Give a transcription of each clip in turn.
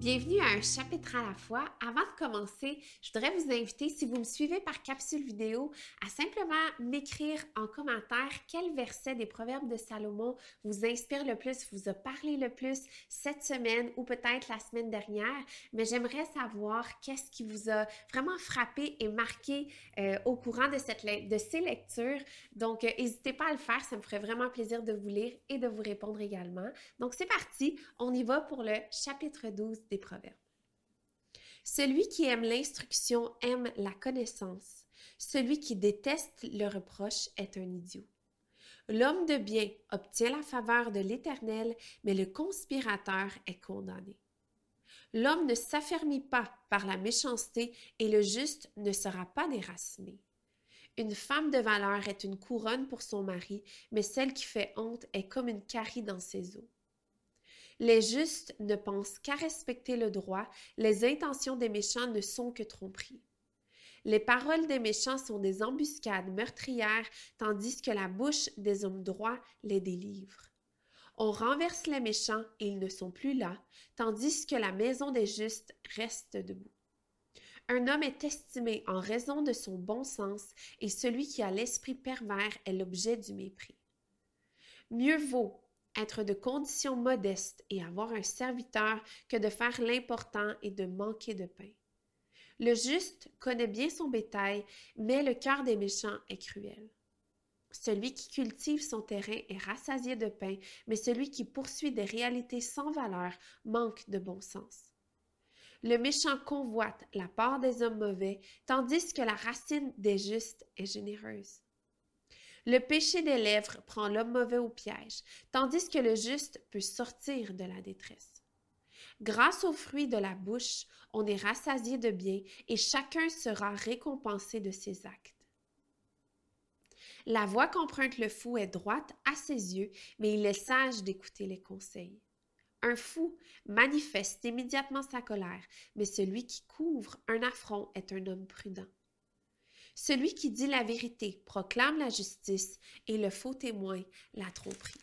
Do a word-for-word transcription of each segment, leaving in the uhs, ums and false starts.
Bienvenue à un chapitre à la fois. Avant de commencer, je voudrais vous inviter, si vous me suivez par capsule vidéo, à simplement m'écrire en commentaire quel verset des Proverbes de Salomon vous inspire le plus, vous a parlé le plus cette semaine ou peut-être la semaine dernière. Mais j'aimerais savoir qu'est-ce qui vous a vraiment frappé et marqué euh, au courant de, cette, de ces lectures. Donc, euh, n'hésitez pas à le faire, ça me ferait vraiment plaisir de vous lire et de vous répondre également. Donc, c'est parti, on y va pour le chapitre douze des Proverbes. Celui qui aime l'instruction aime la connaissance. Celui qui déteste le reproche est un idiot. L'homme de bien obtient la faveur de l'Éternel, mais le conspirateur est condamné. L'homme ne s'affermit pas par la méchanceté et le juste ne sera pas déraciné. Une femme de valeur est une couronne pour son mari, mais celle qui fait honte est comme une carie dans ses os. Les justes ne pensent qu'à respecter le droit, les intentions des méchants ne sont que tromperies. Les paroles des méchants sont des embuscades meurtrières, tandis que la bouche des hommes droits les délivre. On renverse les méchants et ils ne sont plus là, tandis que la maison des justes reste debout. Un homme est estimé en raison de son bon sens, et celui qui a l'esprit pervers est l'objet du mépris. Mieux vaut être de condition modeste et avoir un serviteur que de faire l'important et de manquer de pain. Le juste connaît bien son bétail, mais le cœur des méchants est cruel. Celui qui cultive son terrain est rassasié de pain, mais celui qui poursuit des réalités sans valeur manque de bon sens. Le méchant convoite la part des hommes mauvais, tandis que la racine des justes est généreuse. Le péché des lèvres prend l'homme mauvais au piège, tandis que le juste peut sortir de la détresse. Grâce aux fruits de la bouche, on est rassasié de bien et chacun sera récompensé de ses actes. La voie qu'emprunte le fou est droite à ses yeux, mais il est sage d'écouter les conseils. Un fou manifeste immédiatement sa colère, mais celui qui couvre un affront est un homme prudent. Celui qui dit la vérité proclame la justice et le faux témoin la tromperie.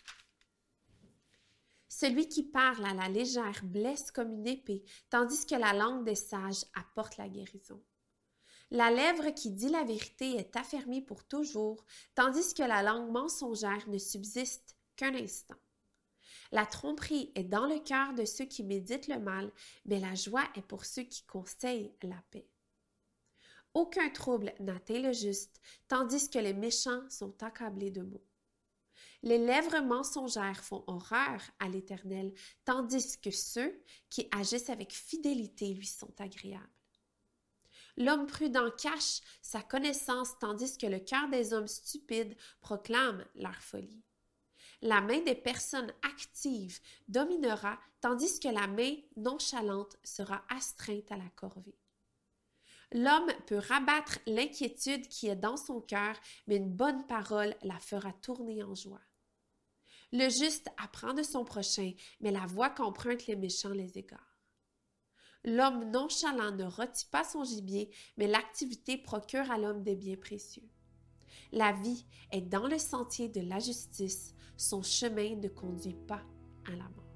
Celui qui parle à la légère blesse comme une épée, tandis que la langue des sages apporte la guérison. La lèvre qui dit la vérité est affermie pour toujours, tandis que la langue mensongère ne subsiste qu'un instant. La tromperie est dans le cœur de ceux qui méditent le mal, mais la joie est pour ceux qui conseillent la paix. Aucun trouble n'atteint le juste, tandis que les méchants sont accablés de maux. Les lèvres mensongères font horreur à l'Éternel, tandis que ceux qui agissent avec fidélité lui sont agréables. L'homme prudent cache sa connaissance, tandis que le cœur des hommes stupides proclame leur folie. La main des personnes actives dominera, tandis que la main nonchalante sera astreinte à la corvée. L'homme peut rabattre l'inquiétude qui est dans son cœur, mais une bonne parole la fera tourner en joie. Le juste apprend de son prochain, mais la voie qu'empruntent les méchants les égare. L'homme nonchalant ne rôtit pas son gibier, mais l'activité procure à l'homme des biens précieux. La vie est dans le sentier de la justice, son chemin ne conduit pas à la mort.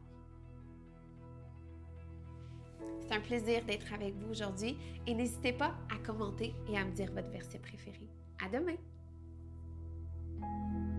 C'est un plaisir d'être avec vous aujourd'hui et n'hésitez pas à commenter et à me dire votre verset préféré. À demain!